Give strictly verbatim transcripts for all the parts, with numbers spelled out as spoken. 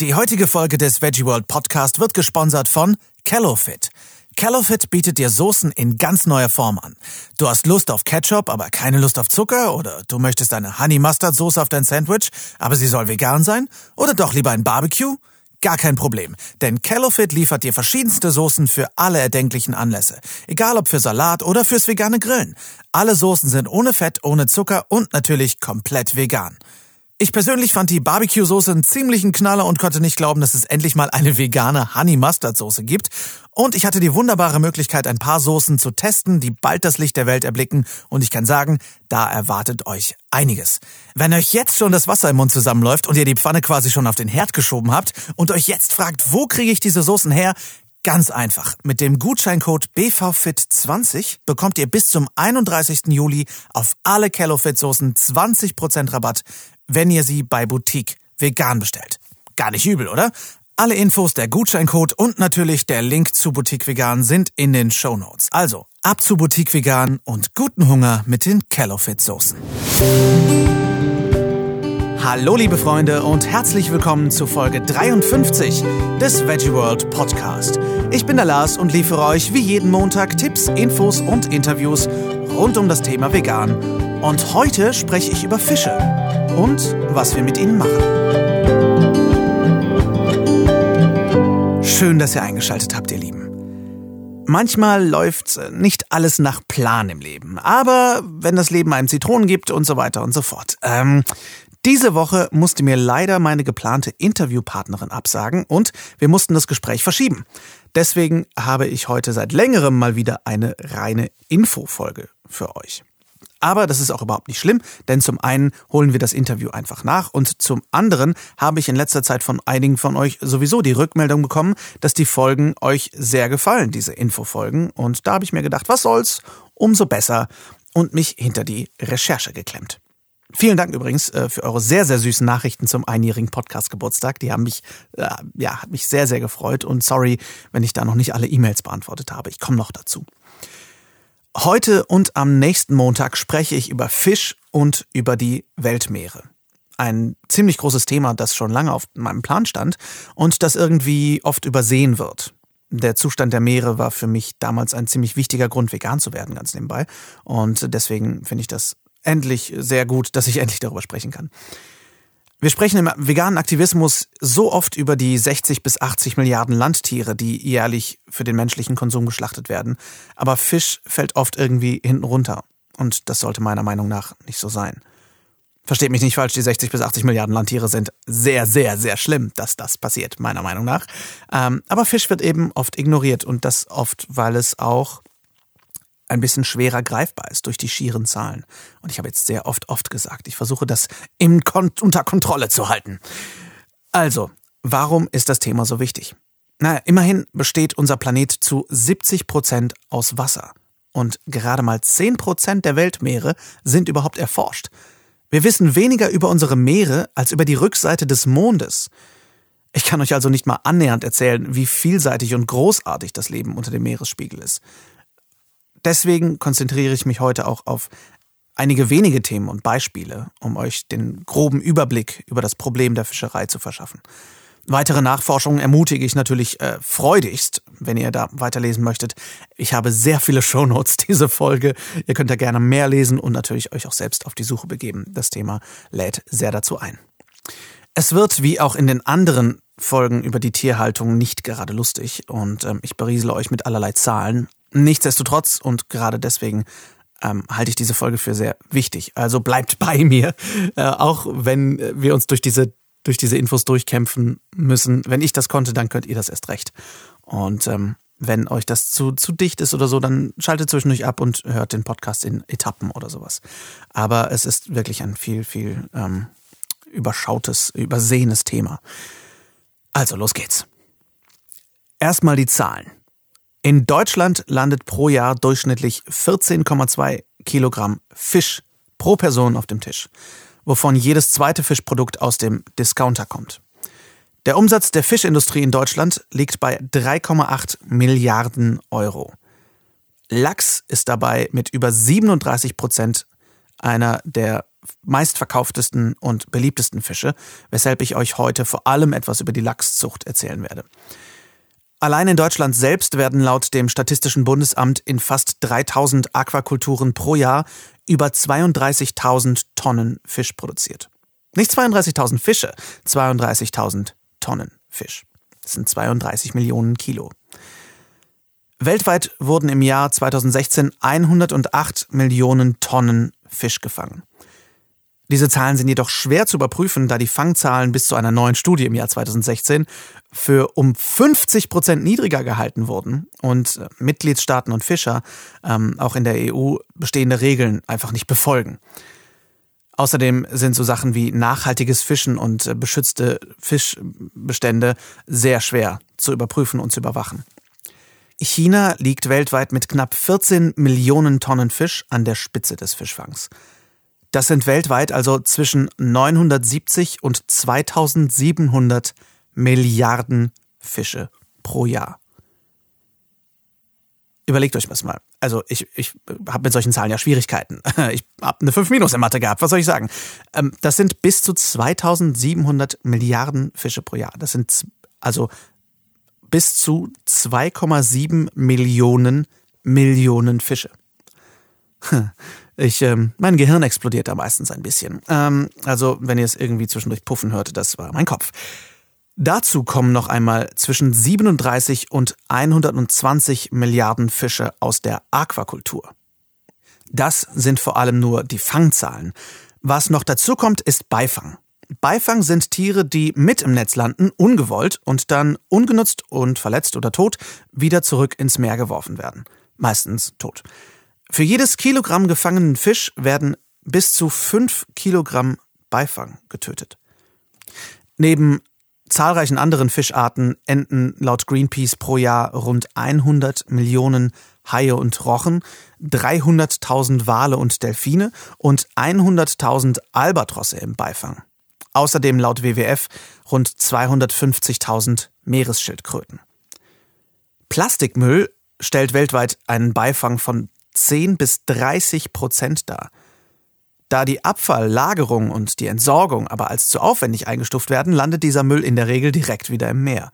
Die heutige Folge des Veggie World Podcast wird gesponsert von CaloFit. CaloFit bietet dir Soßen in ganz neuer Form an. Du hast Lust auf Ketchup, aber keine Lust auf Zucker? Oder du möchtest eine Honey Mustard Soße auf dein Sandwich, aber sie soll vegan sein? Oder doch lieber ein Barbecue? Gar kein Problem, denn CaloFit liefert dir verschiedenste Soßen für alle erdenklichen Anlässe. Egal ob für Salat oder fürs vegane Grillen. Alle Soßen sind ohne Fett, ohne Zucker und natürlich komplett vegan. Ich persönlich fand die Barbecue-Soße einen ziemlichen Knaller und konnte nicht glauben, dass es endlich mal eine vegane Honey-Mustard-Soße gibt. Und ich hatte die wunderbare Möglichkeit, ein paar Soßen zu testen, die bald das Licht der Welt erblicken. Und ich kann sagen, da erwartet euch einiges. Wenn euch jetzt schon das Wasser im Mund zusammenläuft und ihr die Pfanne quasi schon auf den Herd geschoben habt und euch jetzt fragt, wo kriege ich diese Soßen her? Ganz einfach. Mit dem Gutscheincode B V Fit zwanzig bekommt ihr bis zum einunddreißigsten Juli auf alle CaloFit-Soßen zwanzig Prozent Rabatt, wenn ihr sie bei Boutique vegan bestellt. Gar nicht übel, oder? Alle Infos, der Gutscheincode und natürlich der Link zu Boutique Vegan sind in den Shownotes. Also, ab zu Boutique Vegan und guten Hunger mit den CaloFit-Soßen. Hallo liebe Freunde und herzlich willkommen zu Folge dreiundfünfzig des Veggie World Podcast. Ich bin der Lars und liefere euch wie jeden Montag Tipps, Infos und Interviews rund um das Thema Vegan. Und heute spreche ich über Fische und was wir mit ihnen machen. Schön, dass ihr eingeschaltet habt, ihr Lieben. Manchmal läuft nicht alles nach Plan im Leben, aber wenn das Leben einem Zitronen gibt und so weiter und so fort. Ähm, diese Woche musste mir leider meine geplante Interviewpartnerin absagen und wir mussten das Gespräch verschieben. Deswegen habe ich heute seit längerem mal wieder eine reine Infofolge für euch. Aber das ist auch überhaupt nicht schlimm, denn zum einen holen wir das Interview einfach nach und zum anderen habe ich in letzter Zeit von einigen von euch sowieso die Rückmeldung bekommen, dass die Folgen euch sehr gefallen, diese Infofolgen. Und da habe ich mir gedacht, was soll's, umso besser und mich hinter die Recherche geklemmt. Vielen Dank übrigens äh, für eure sehr, sehr süßen Nachrichten zum einjährigen Podcast-Geburtstag. Die haben mich, äh, ja, hat mich sehr, sehr gefreut und sorry, wenn ich da noch nicht alle E-Mails beantwortet habe. Ich komme noch dazu. Heute und am nächsten Montag spreche ich über Fisch und über die Weltmeere. Ein ziemlich großes Thema, das schon lange auf meinem Plan stand und das irgendwie oft übersehen wird. Der Zustand der Meere war für mich damals ein ziemlich wichtiger Grund, vegan zu werden, ganz nebenbei. Und deswegen finde ich das endlich sehr gut, dass ich endlich darüber sprechen kann. Wir sprechen im veganen Aktivismus so oft über die sechzig bis achtzig Milliarden Landtiere, die jährlich für den menschlichen Konsum geschlachtet werden. Aber Fisch fällt oft irgendwie hinten runter. Und das sollte meiner Meinung nach nicht so sein. Versteht mich nicht falsch, die sechzig bis achtzig Milliarden Landtiere sind sehr, sehr, sehr schlimm, dass das passiert, meiner Meinung nach. Aber Fisch wird eben oft ignoriert und das oft, weil es auch ein bisschen schwerer greifbar ist durch die schieren Zahlen. Und ich habe jetzt sehr oft, oft gesagt, ich versuche das im Kon- unter Kontrolle zu halten. Also, warum ist das Thema so wichtig? Na, immerhin besteht unser Planet zu siebzig Prozent aus Wasser. Und gerade mal zehn Prozent der Weltmeere sind überhaupt erforscht. Wir wissen weniger über unsere Meere als über die Rückseite des Mondes. Ich kann euch also nicht mal annähernd erzählen, wie vielseitig und großartig das Leben unter dem Meeresspiegel ist. Deswegen konzentriere ich mich heute auch auf einige wenige Themen und Beispiele, um euch den groben Überblick über das Problem der Fischerei zu verschaffen. Weitere Nachforschungen ermutige ich natürlich äh, freudigst, wenn ihr da weiterlesen möchtet. Ich habe sehr viele Shownotes, diese Folge. Ihr könnt da gerne mehr lesen und natürlich euch auch selbst auf die Suche begeben. Das Thema lädt sehr dazu ein. Es wird, wie auch in den anderen Folgen über die Tierhaltung, nicht gerade lustig und ähm, ich beriesele euch mit allerlei Zahlen. Nichtsdestotrotz und gerade deswegen ähm, halte ich diese Folge für sehr wichtig. Also bleibt bei mir, äh, auch wenn wir uns durch diese, durch diese Infos durchkämpfen müssen. Wenn ich das konnte, dann könnt ihr das erst recht. Und ähm, wenn euch das zu, zu dicht ist oder so, dann schaltet zwischendurch ab und hört den Podcast in Etappen oder sowas. Aber es ist wirklich ein viel, viel ähm, überschautes, übersehenes Thema. Also, los geht's. Erstmal die Zahlen. In Deutschland landet pro Jahr durchschnittlich vierzehn Komma zwei Kilogramm Fisch pro Person auf dem Tisch, wovon jedes zweite Fischprodukt aus dem Discounter kommt. Der Umsatz der Fischindustrie in Deutschland liegt bei drei Komma acht Milliarden Euro. Lachs ist dabei mit über siebenunddreißig Prozent einer der meistverkauftesten und beliebtesten Fische, weshalb ich euch heute vor allem etwas über die Lachszucht erzählen werde. Allein in Deutschland selbst werden laut dem Statistischen Bundesamt in fast dreitausend Aquakulturen pro Jahr über zweiunddreißigtausend Tonnen Fisch produziert. Nicht zweiunddreißigtausend Fische, zweiunddreißigtausend Tonnen Fisch. Das sind zweiunddreißig Millionen Kilo. Weltweit wurden im Jahr zweitausendsechzehn hundertacht Millionen Tonnen Fisch gefangen. Diese Zahlen sind jedoch schwer zu überprüfen, da die Fangzahlen bis zu einer neuen Studie im Jahr zweitausendsechzehn für um fünfzig Prozent niedriger gehalten wurden und Mitgliedstaaten und Fischer ähm, auch in der E U bestehende Regeln einfach nicht befolgen. Außerdem sind so Sachen wie nachhaltiges Fischen und äh, beschützte Fischbestände sehr schwer zu überprüfen und zu überwachen. China liegt weltweit mit knapp vierzehn Millionen Tonnen Fisch an der Spitze des Fischfangs. Das sind weltweit also zwischen neunhundertsiebzig und zweitausendsiebenhundert Milliarden Fische pro Jahr. Überlegt euch das mal. Also ich, ich habe mit solchen Zahlen ja Schwierigkeiten. Ich habe eine fünf Minus in Mathe gehabt, was soll ich sagen? Das sind bis zu zweitausendsiebenhundert Milliarden Fische pro Jahr. Das sind also bis zu zwei Komma sieben Millionen Millionen Fische. Ich, ähm, mein Gehirn explodiert da meistens ein bisschen. Ähm, also, wenn ihr es irgendwie zwischendurch puffen hört, das war mein Kopf. Dazu kommen noch einmal zwischen siebenunddreißig und hundertzwanzig Milliarden Fische aus der Aquakultur. Das sind vor allem nur die Fangzahlen. Was noch dazu kommt, ist Beifang. Beifang sind Tiere, die mit im Netz landen, ungewollt und dann ungenutzt und verletzt oder tot wieder zurück ins Meer geworfen werden. Meistens tot. Für jedes Kilogramm gefangenen Fisch werden bis zu fünf Kilogramm Beifang getötet. Neben zahlreichen anderen Fischarten enden laut Greenpeace pro Jahr rund hundert Millionen Haie und Rochen, dreihunderttausend Wale und Delfine und hunderttausend Albatrosse im Beifang. Außerdem laut W W F rund zweihundertfünfzigtausend Meeresschildkröten. Plastikmüll stellt weltweit einen Beifang von zehn bis dreißig Prozent dar. Da die Abfalllagerung und die Entsorgung aber als zu aufwendig eingestuft werden, landet dieser Müll in der Regel direkt wieder im Meer.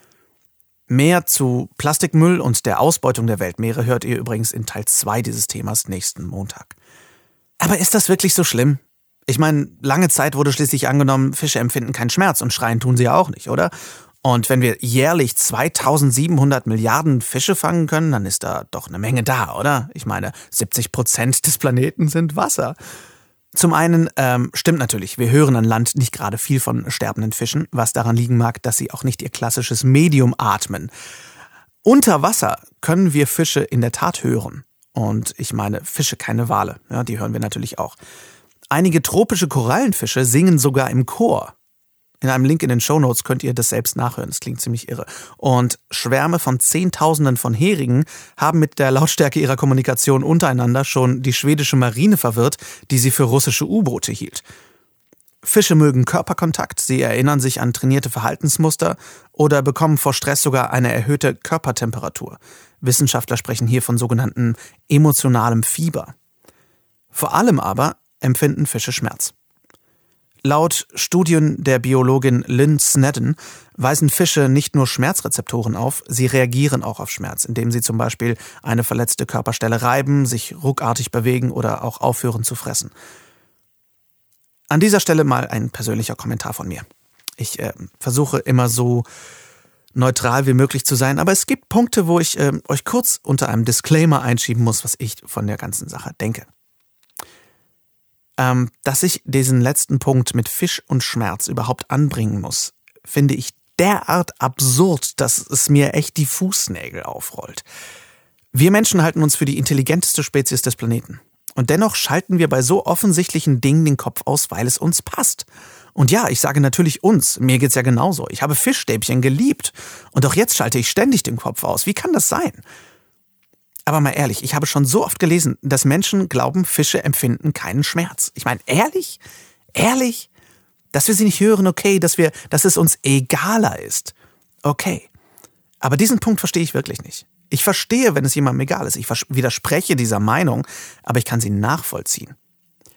Mehr zu Plastikmüll und der Ausbeutung der Weltmeere hört ihr übrigens in Teil zwei dieses Themas nächsten Montag. Aber ist das wirklich so schlimm? Ich meine, lange Zeit wurde schließlich angenommen, Fische empfinden keinen Schmerz und schreien tun sie ja auch nicht, oder? Und wenn wir jährlich zweitausendsiebenhundert Milliarden Fische fangen können, dann ist da doch eine Menge da, oder? Ich meine, siebzig Prozent des Planeten sind Wasser. Zum einen ähm, stimmt natürlich, wir hören an Land nicht gerade viel von sterbenden Fischen, was daran liegen mag, dass sie auch nicht ihr klassisches Medium atmen. Unter Wasser können wir Fische in der Tat hören. Und ich meine, Fische, keine Wale, ja, die hören wir natürlich auch. Einige tropische Korallenfische singen sogar im Chor. In einem Link in den Shownotes könnt ihr das selbst nachhören, das klingt ziemlich irre. Und Schwärme von Zehntausenden von Heringen haben mit der Lautstärke ihrer Kommunikation untereinander schon die schwedische Marine verwirrt, die sie für russische U-Boote hielt. Fische mögen Körperkontakt, sie erinnern sich an trainierte Verhaltensmuster oder bekommen vor Stress sogar eine erhöhte Körpertemperatur. Wissenschaftler sprechen hier von sogenanntem emotionalem Fieber. Vor allem aber empfinden Fische Schmerz. Laut Studien der Biologin Lynn Snedden weisen Fische nicht nur Schmerzrezeptoren auf, sie reagieren auch auf Schmerz, indem sie zum Beispiel eine verletzte Körperstelle reiben, sich ruckartig bewegen oder auch aufhören zu fressen. An dieser Stelle mal ein persönlicher Kommentar von mir. Ich äh, versuche immer so neutral wie möglich zu sein, aber es gibt Punkte, wo ich äh, euch kurz unter einem Disclaimer einschieben muss, was ich von der ganzen Sache denke. Ähm, dass ich diesen letzten Punkt mit Fisch und Schmerz überhaupt anbringen muss, finde ich derart absurd, dass es mir echt die Fußnägel aufrollt. Wir Menschen halten uns für die intelligenteste Spezies des Planeten. Und dennoch schalten wir bei so offensichtlichen Dingen den Kopf aus, weil es uns passt. Und ja, ich sage natürlich uns, mir geht's ja genauso. Ich habe Fischstäbchen geliebt und auch jetzt schalte ich ständig den Kopf aus. Wie kann das sein? Aber mal ehrlich, ich habe schon so oft gelesen, dass Menschen glauben, Fische empfinden keinen Schmerz. Ich meine, ehrlich? Ehrlich? Dass wir sie nicht hören, okay, dass wir, dass es uns egaler ist. Okay. Aber diesen Punkt verstehe ich wirklich nicht. Ich verstehe, wenn es jemandem egal ist. Ich widerspreche dieser Meinung, aber ich kann sie nachvollziehen.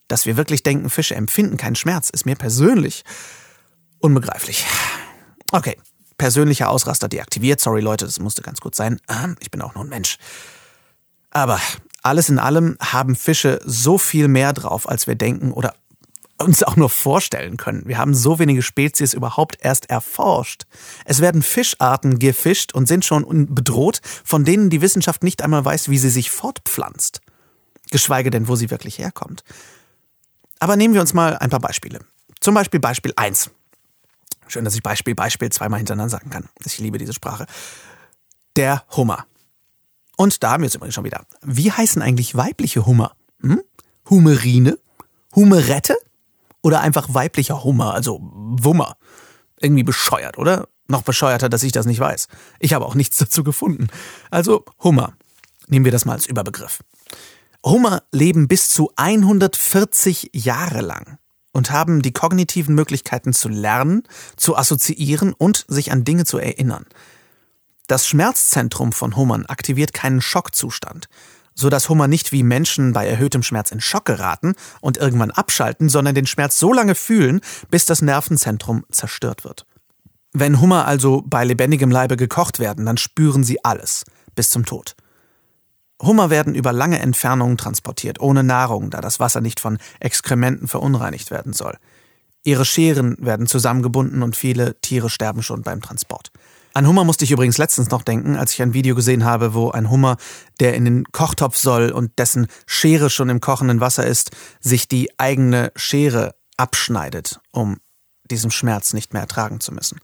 Dass wir wirklich denken, Fische empfinden keinen Schmerz, ist mir persönlich unbegreiflich. Okay, persönlicher Ausraster deaktiviert. Sorry Leute, das musste ganz kurz sein. Ich bin auch nur ein Mensch. Aber alles in allem haben Fische so viel mehr drauf, als wir denken oder uns auch nur vorstellen können. Wir haben so wenige Spezies überhaupt erst erforscht. Es werden Fischarten gefischt und sind schon bedroht, von denen die Wissenschaft nicht einmal weiß, wie sie sich fortpflanzt. Geschweige denn, wo sie wirklich herkommt. Aber nehmen wir uns mal ein paar Beispiele. Zum Beispiel Beispiel eins. Schön, dass ich Beispiel, Beispiel zweimal hintereinander sagen kann. Ich liebe diese Sprache. Der Hummer. Und da haben wir jetzt übrigens schon wieder. Wie heißen eigentlich weibliche Hummer? Hm? Hummerine? Hummerette? Oder einfach weiblicher Hummer, also Wummer. Irgendwie bescheuert, oder? Noch bescheuerter, dass ich das nicht weiß. Ich habe auch nichts dazu gefunden. Also Hummer. Nehmen wir das mal als Überbegriff. Hummer leben bis zu hundertvierzig Jahre lang und haben die kognitiven Möglichkeiten zu lernen, zu assoziieren und sich an Dinge zu erinnern. Das Schmerzzentrum von Hummern aktiviert keinen Schockzustand, sodass Hummer nicht wie Menschen bei erhöhtem Schmerz in Schock geraten und irgendwann abschalten, sondern den Schmerz so lange fühlen, bis das Nervenzentrum zerstört wird. Wenn Hummer also bei lebendigem Leibe gekocht werden, dann spüren sie alles, bis zum Tod. Hummer werden über lange Entfernungen transportiert, ohne Nahrung, da das Wasser nicht von Exkrementen verunreinigt werden soll. Ihre Scheren werden zusammengebunden und viele Tiere sterben schon beim Transport. An Hummer musste ich übrigens letztens noch denken, als ich ein Video gesehen habe, wo ein Hummer, der in den Kochtopf soll und dessen Schere schon im kochenden Wasser ist, sich die eigene Schere abschneidet, um diesen Schmerz nicht mehr ertragen zu müssen.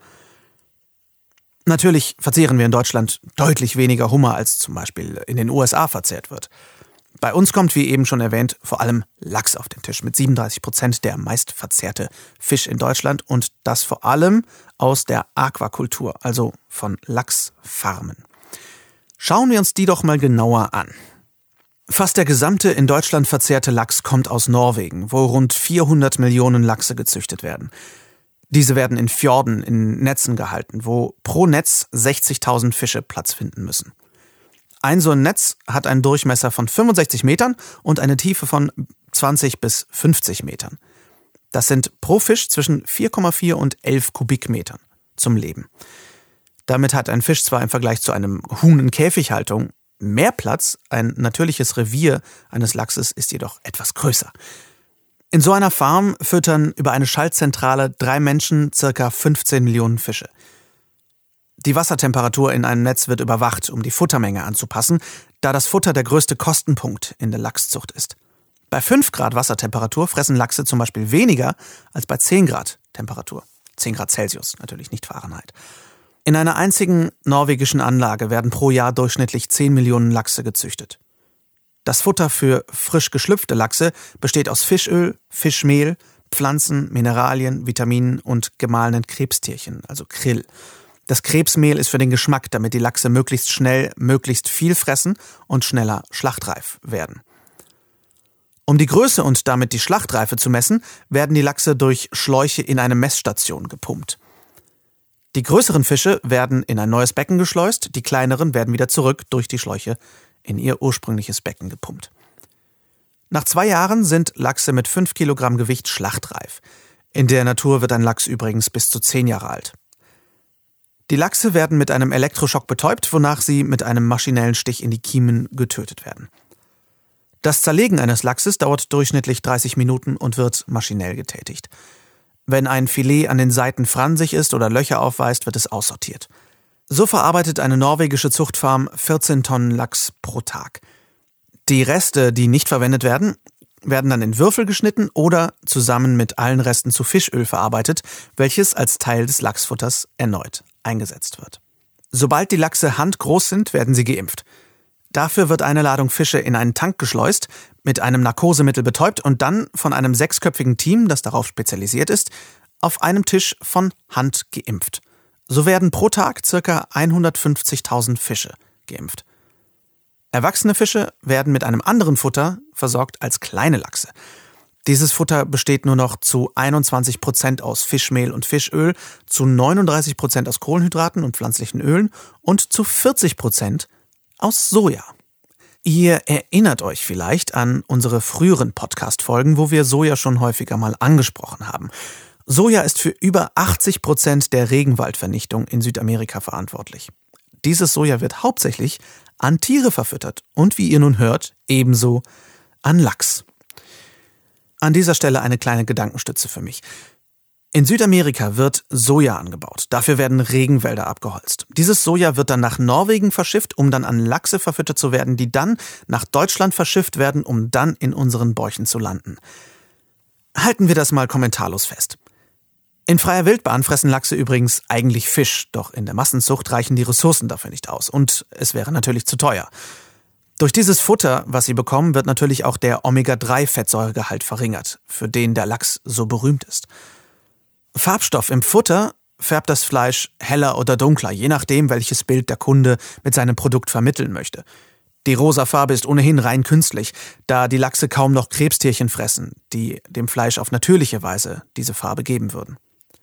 Natürlich verzehren wir in Deutschland deutlich weniger Hummer, als zum Beispiel in den U S A verzehrt wird. Bei uns kommt, wie eben schon erwähnt, vor allem Lachs auf den Tisch mit siebenunddreißig Prozent der meistverzehrte Fisch in Deutschland und das vor allem aus der Aquakultur, also von Lachsfarmen. Schauen wir uns die doch mal genauer an. Fast der gesamte in Deutschland verzehrte Lachs kommt aus Norwegen, wo rund vierhundert Millionen Lachse gezüchtet werden. Diese werden in Fjorden, in Netzen gehalten, wo pro Netz sechzigtausend Fische Platz finden müssen. Ein so ein Netz hat einen Durchmesser von fünfundsechzig Metern und eine Tiefe von zwanzig bis fünfzig Metern. Das sind pro Fisch zwischen vier Komma vier und elf Kubikmetern zum Leben. Damit hat ein Fisch zwar im Vergleich zu einem Huhn in Käfighaltung mehr Platz, ein natürliches Revier eines Lachses ist jedoch etwas größer. In so einer Farm füttern über eine Schaltzentrale drei Menschen ca. fünfzehn Millionen Fische. Die Wassertemperatur in einem Netz wird überwacht, um die Futtermenge anzupassen, da das Futter der größte Kostenpunkt in der Lachszucht ist. Bei fünf Grad Wassertemperatur fressen Lachse zum Beispiel weniger als bei zehn Grad Temperatur. zehn Grad Celsius, natürlich nicht Fahrenheit. In einer einzigen norwegischen Anlage werden pro Jahr durchschnittlich zehn Millionen Lachse gezüchtet. Das Futter für frisch geschlüpfte Lachse besteht aus Fischöl, Fischmehl, Pflanzen, Mineralien, Vitaminen und gemahlenen Krebstierchen, also Krill. Das Krebsmehl ist für den Geschmack, damit die Lachse möglichst schnell, möglichst viel fressen und schneller schlachtreif werden. Um die Größe und damit die Schlachtreife zu messen, werden die Lachse durch Schläuche in eine Messstation gepumpt. Die größeren Fische werden in ein neues Becken geschleust, die kleineren werden wieder zurück durch die Schläuche in ihr ursprüngliches Becken gepumpt. Nach zwei Jahren sind Lachse mit fünf Kilogramm Gewicht schlachtreif. In der Natur wird ein Lachs übrigens bis zu zehn Jahre alt. Die Lachse werden mit einem Elektroschock betäubt, wonach sie mit einem maschinellen Stich in die Kiemen getötet werden. Das Zerlegen eines Lachses dauert durchschnittlich dreißig Minuten und wird maschinell getätigt. Wenn ein Filet an den Seiten fransig ist oder Löcher aufweist, wird es aussortiert. So verarbeitet eine norwegische Zuchtfarm vierzehn Tonnen Lachs pro Tag. Die Reste, die nicht verwendet werden, werden dann in Würfel geschnitten oder zusammen mit allen Resten zu Fischöl verarbeitet, welches als Teil des Lachsfutters erneut eingesetzt wird. Sobald die Lachse handgroß sind, werden sie geimpft. Dafür wird eine Ladung Fische in einen Tank geschleust, mit einem Narkosemittel betäubt und dann von einem sechsköpfigen Team, das darauf spezialisiert ist, auf einem Tisch von Hand geimpft. So werden pro Tag ca. hundertfünfzigtausend Fische geimpft. Erwachsene Fische werden mit einem anderen Futter versorgt als kleine Lachse. Dieses Futter besteht nur noch zu einundzwanzig Prozent aus Fischmehl und Fischöl, zu neununddreißig Prozent aus Kohlenhydraten und pflanzlichen Ölen und zu vierzig Prozent aus Soja. Ihr erinnert euch vielleicht an unsere früheren Podcast-Folgen, wo wir Soja schon häufiger mal angesprochen haben. Soja ist für über achtzig Prozent der Regenwaldvernichtung in Südamerika verantwortlich. Dieses Soja wird hauptsächlich an Tiere verfüttert und, wie ihr nun hört, ebenso an Lachs. An dieser Stelle eine kleine Gedankenstütze für mich. In Südamerika wird Soja angebaut. Dafür werden Regenwälder abgeholzt. Dieses Soja wird dann nach Norwegen verschifft, um dann an Lachse verfüttert zu werden, die dann nach Deutschland verschifft werden, um dann in unseren Bäuchen zu landen. Halten wir das mal kommentarlos fest. In freier Wildbahn fressen Lachse übrigens eigentlich Fisch, doch in der Massenzucht reichen die Ressourcen dafür nicht aus und es wäre natürlich zu teuer. Durch dieses Futter, was sie bekommen, wird natürlich auch der Omega drei Fettsäuregehalt verringert, für den der Lachs so berühmt ist. Farbstoff im Futter färbt das Fleisch heller oder dunkler, je nachdem, welches Bild der Kunde mit seinem Produkt vermitteln möchte. Die rosa Farbe ist ohnehin rein künstlich, da die Lachse kaum noch Krebstierchen fressen, die dem Fleisch auf natürliche Weise diese Farbe geben würden.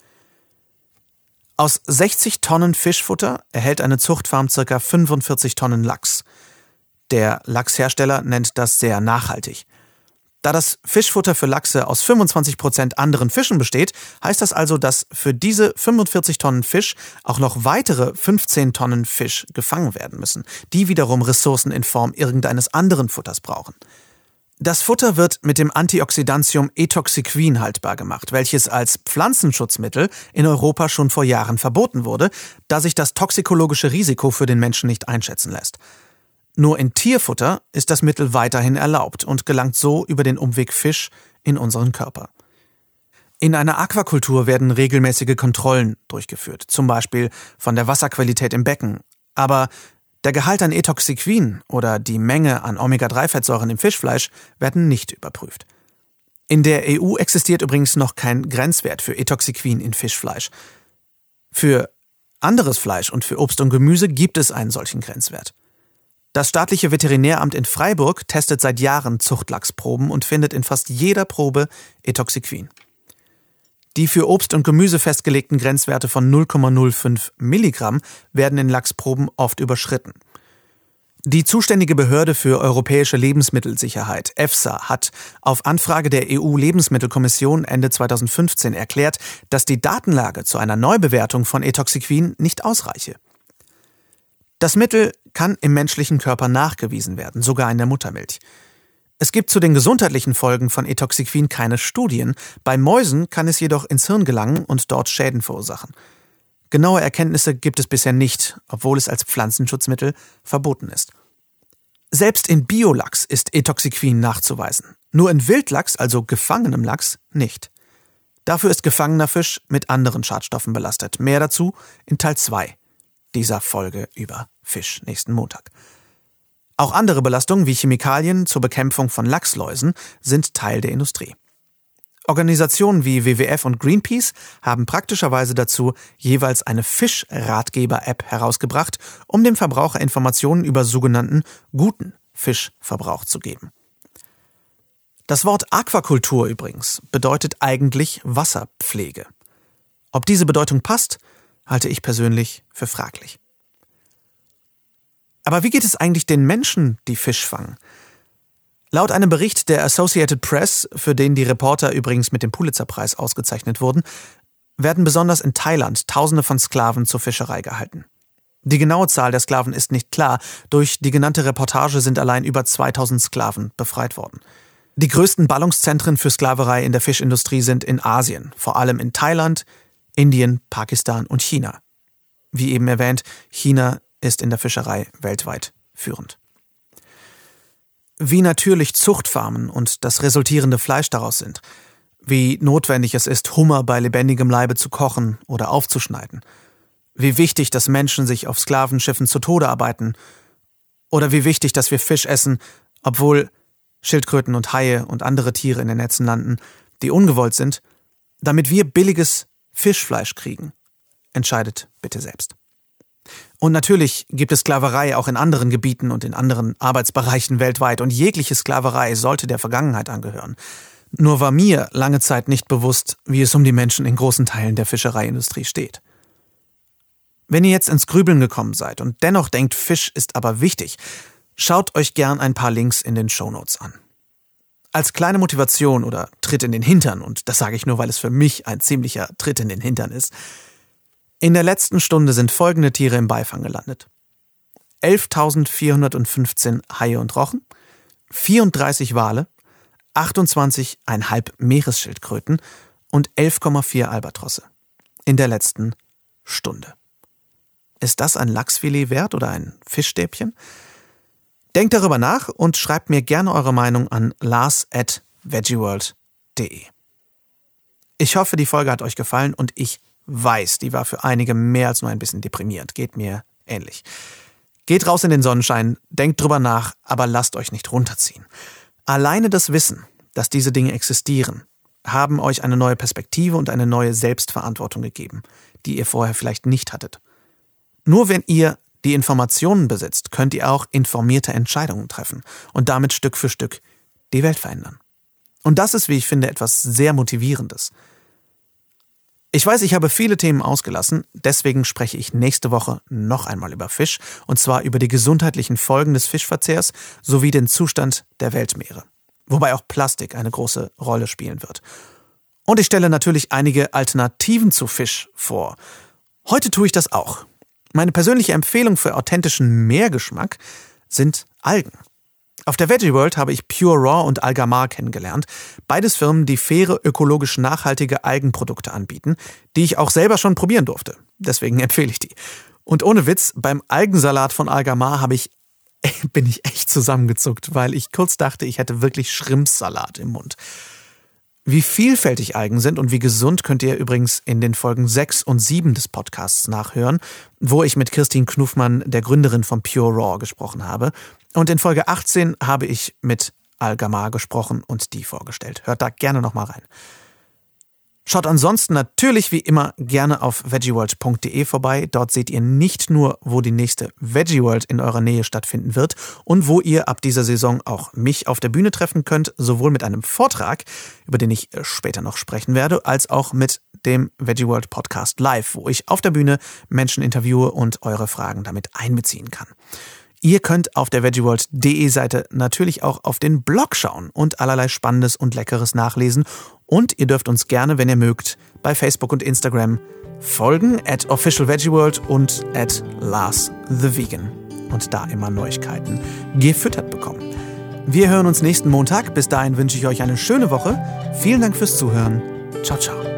Aus sechzig Tonnen Fischfutter erhält eine Zuchtfarm ca. fünfundvierzig Tonnen Lachs. Der Lachshersteller nennt das sehr nachhaltig. Da das Fischfutter für Lachse aus fünfundzwanzig Prozent anderen Fischen besteht, heißt das also, dass für diese fünfundvierzig Tonnen Fisch auch noch weitere fünfzehn Tonnen Fisch gefangen werden müssen, die wiederum Ressourcen in Form irgendeines anderen Futters brauchen. Das Futter wird mit dem Antioxidantium Etoxiquin haltbar gemacht, welches als Pflanzenschutzmittel in Europa schon vor Jahren verboten wurde, da sich das toxikologische Risiko für den Menschen nicht einschätzen lässt. Nur in Tierfutter ist das Mittel weiterhin erlaubt und gelangt so über den Umweg Fisch in unseren Körper. In einer Aquakultur werden regelmäßige Kontrollen durchgeführt, zum Beispiel von der Wasserqualität im Becken. Aber der Gehalt an Etoxiquin oder die Menge an Omega drei Fettsäuren im Fischfleisch werden nicht überprüft. In der E U existiert übrigens noch kein Grenzwert für Etoxiquin in Fischfleisch. Für anderes Fleisch und für Obst und Gemüse gibt es einen solchen Grenzwert. Das staatliche Veterinäramt in Freiburg testet seit Jahren Zuchtlachsproben und findet in fast jeder Probe Etoxiquin. Die für Obst und Gemüse festgelegten Grenzwerte von null Komma null fünf Milligramm werden in Lachsproben oft überschritten. Die zuständige Behörde für europäische Lebensmittelsicherheit, EFSA, hat auf Anfrage der E U-Lebensmittelkommission Ende zweitausendfünfzehn erklärt, dass die Datenlage zu einer Neubewertung von Etoxiquin nicht ausreiche. Das Mittel kann im menschlichen Körper nachgewiesen werden, sogar in der Muttermilch. Es gibt zu den gesundheitlichen Folgen von Etoxiquin keine Studien, bei Mäusen kann es jedoch ins Hirn gelangen und dort Schäden verursachen. Genaue Erkenntnisse gibt es bisher nicht, obwohl es als Pflanzenschutzmittel verboten ist. Selbst in Biolachs ist Etoxiquin nachzuweisen, nur in Wildlachs, also gefangenem Lachs, nicht. Dafür ist gefangener Fisch mit anderen Schadstoffen belastet. Mehr dazu in Teil zwei dieser Folge über Fisch nächsten Montag. Auch andere Belastungen wie Chemikalien zur Bekämpfung von Lachsläusen sind Teil der Industrie. Organisationen wie W W F und Greenpeace haben praktischerweise dazu jeweils eine Fischratgeber-App herausgebracht, um dem Verbraucher Informationen über sogenannten guten Fischverbrauch zu geben. Das Wort Aquakultur übrigens bedeutet eigentlich Wasserpflege. Ob diese Bedeutung passt, halte ich persönlich für fraglich. Aber wie geht es eigentlich den Menschen, die Fisch fangen? Laut einem Bericht der Associated Press, für den die Reporter übrigens mit dem Pulitzer-Preis ausgezeichnet wurden, werden besonders in Thailand Tausende von Sklaven zur Fischerei gehalten. Die genaue Zahl der Sklaven ist nicht klar, durch die genannte Reportage sind allein über zweitausend Sklaven befreit worden. Die größten Ballungszentren für Sklaverei in der Fischindustrie sind in Asien, vor allem in Thailand, Indien, Pakistan und China. Wie eben erwähnt, China ist in der Fischerei weltweit führend. Wie natürlich Zuchtfarmen und das resultierende Fleisch daraus sind, wie notwendig es ist, Hummer bei lebendigem Leibe zu kochen oder aufzuschneiden, wie wichtig, dass Menschen sich auf Sklavenschiffen zu Tode arbeiten oder wie wichtig, dass wir Fisch essen, obwohl Schildkröten und Haie und andere Tiere in den Netzen landen, die ungewollt sind, damit wir billiges Fischfleisch kriegen, entscheidet bitte selbst. Und natürlich gibt es Sklaverei auch in anderen Gebieten und in anderen Arbeitsbereichen weltweit und jegliche Sklaverei sollte der Vergangenheit angehören. Nur war mir lange Zeit nicht bewusst, wie es um die Menschen in großen Teilen der Fischereiindustrie steht. Wenn ihr jetzt ins Grübeln gekommen seid und dennoch denkt, Fisch ist aber wichtig, Schaut euch gern ein paar Links in den Shownotes an. Als kleine Motivation oder Tritt in den Hintern, und das sage ich nur, weil es für mich ein ziemlicher Tritt in den Hintern ist, in der letzten Stunde sind folgende Tiere im Beifang gelandet. elftausendvierhundertfünfzehn Haie und Rochen, vierunddreißig Wale, achtundzwanzig Komma fünf Meeresschildkröten und elf Komma vier Albatrosse. In der letzten Stunde. Ist das ein Lachsfilet wert oder ein Fischstäbchen? Denkt darüber nach und schreibt mir gerne eure Meinung an lars at veggieworld punkt de. Ich hoffe, die Folge hat euch gefallen und ich weiß, die war für einige mehr als nur ein bisschen deprimierend. Geht mir ähnlich. Geht raus in den Sonnenschein, denkt drüber nach, aber lasst euch nicht runterziehen. Alleine das Wissen, dass diese Dinge existieren, haben euch eine neue Perspektive und eine neue Selbstverantwortung gegeben, die ihr vorher vielleicht nicht hattet. Nur wenn ihr die Informationen besitzt, könnt ihr auch informierte Entscheidungen treffen und damit Stück für Stück die Welt verändern. Und das ist, wie ich finde, etwas sehr Motivierendes. Ich weiß, ich habe viele Themen ausgelassen, deswegen spreche ich nächste Woche noch einmal über Fisch, und zwar über die gesundheitlichen Folgen des Fischverzehrs sowie den Zustand der Weltmeere. Wobei auch Plastik eine große Rolle spielen wird. Und ich stelle natürlich einige Alternativen zu Fisch vor. Heute tue ich das auch. Meine persönliche Empfehlung für authentischen Meergeschmack sind Algen. Auf der Veggie World habe ich Pure Raw und Algamar kennengelernt. Beides Firmen, die faire, ökologisch nachhaltige Algenprodukte anbieten, die ich auch selber schon probieren durfte. Deswegen empfehle ich die. Und ohne Witz, beim Algensalat von Algamar habe ich, bin ich echt zusammengezuckt, weil ich kurz dachte, ich hätte wirklich Shrimpsalat im Mund. Wie vielfältig Algen sind und wie gesund könnt ihr übrigens in den Folgen sechs und sieben des Podcasts nachhören, wo ich mit Kirstin Knuffmann, der Gründerin von Pure Raw, gesprochen habe. Und in Folge achtzehn habe ich mit Algamar gesprochen und die vorgestellt. Hört da gerne nochmal rein. Schaut ansonsten natürlich wie immer gerne auf veggieworld punkt de vorbei. Dort seht ihr nicht nur, wo die nächste Veggie World in eurer Nähe stattfinden wird und wo ihr ab dieser Saison auch mich auf der Bühne treffen könnt, sowohl mit einem Vortrag, über den ich später noch sprechen werde, als auch mit dem Veggie World Podcast Live, wo ich auf der Bühne Menschen interviewe und eure Fragen damit einbeziehen kann. Ihr könnt auf der veggieworld punkt de Seite natürlich auch auf den Blog schauen und allerlei Spannendes und Leckeres nachlesen. Und ihr dürft uns gerne, wenn ihr mögt, bei Facebook und Instagram folgen, at officialveggieworld und at larsthevegan. Und da immer Neuigkeiten gefüttert bekommen. Wir hören uns nächsten Montag. Bis dahin wünsche ich euch eine schöne Woche. Vielen Dank fürs Zuhören. Ciao, ciao.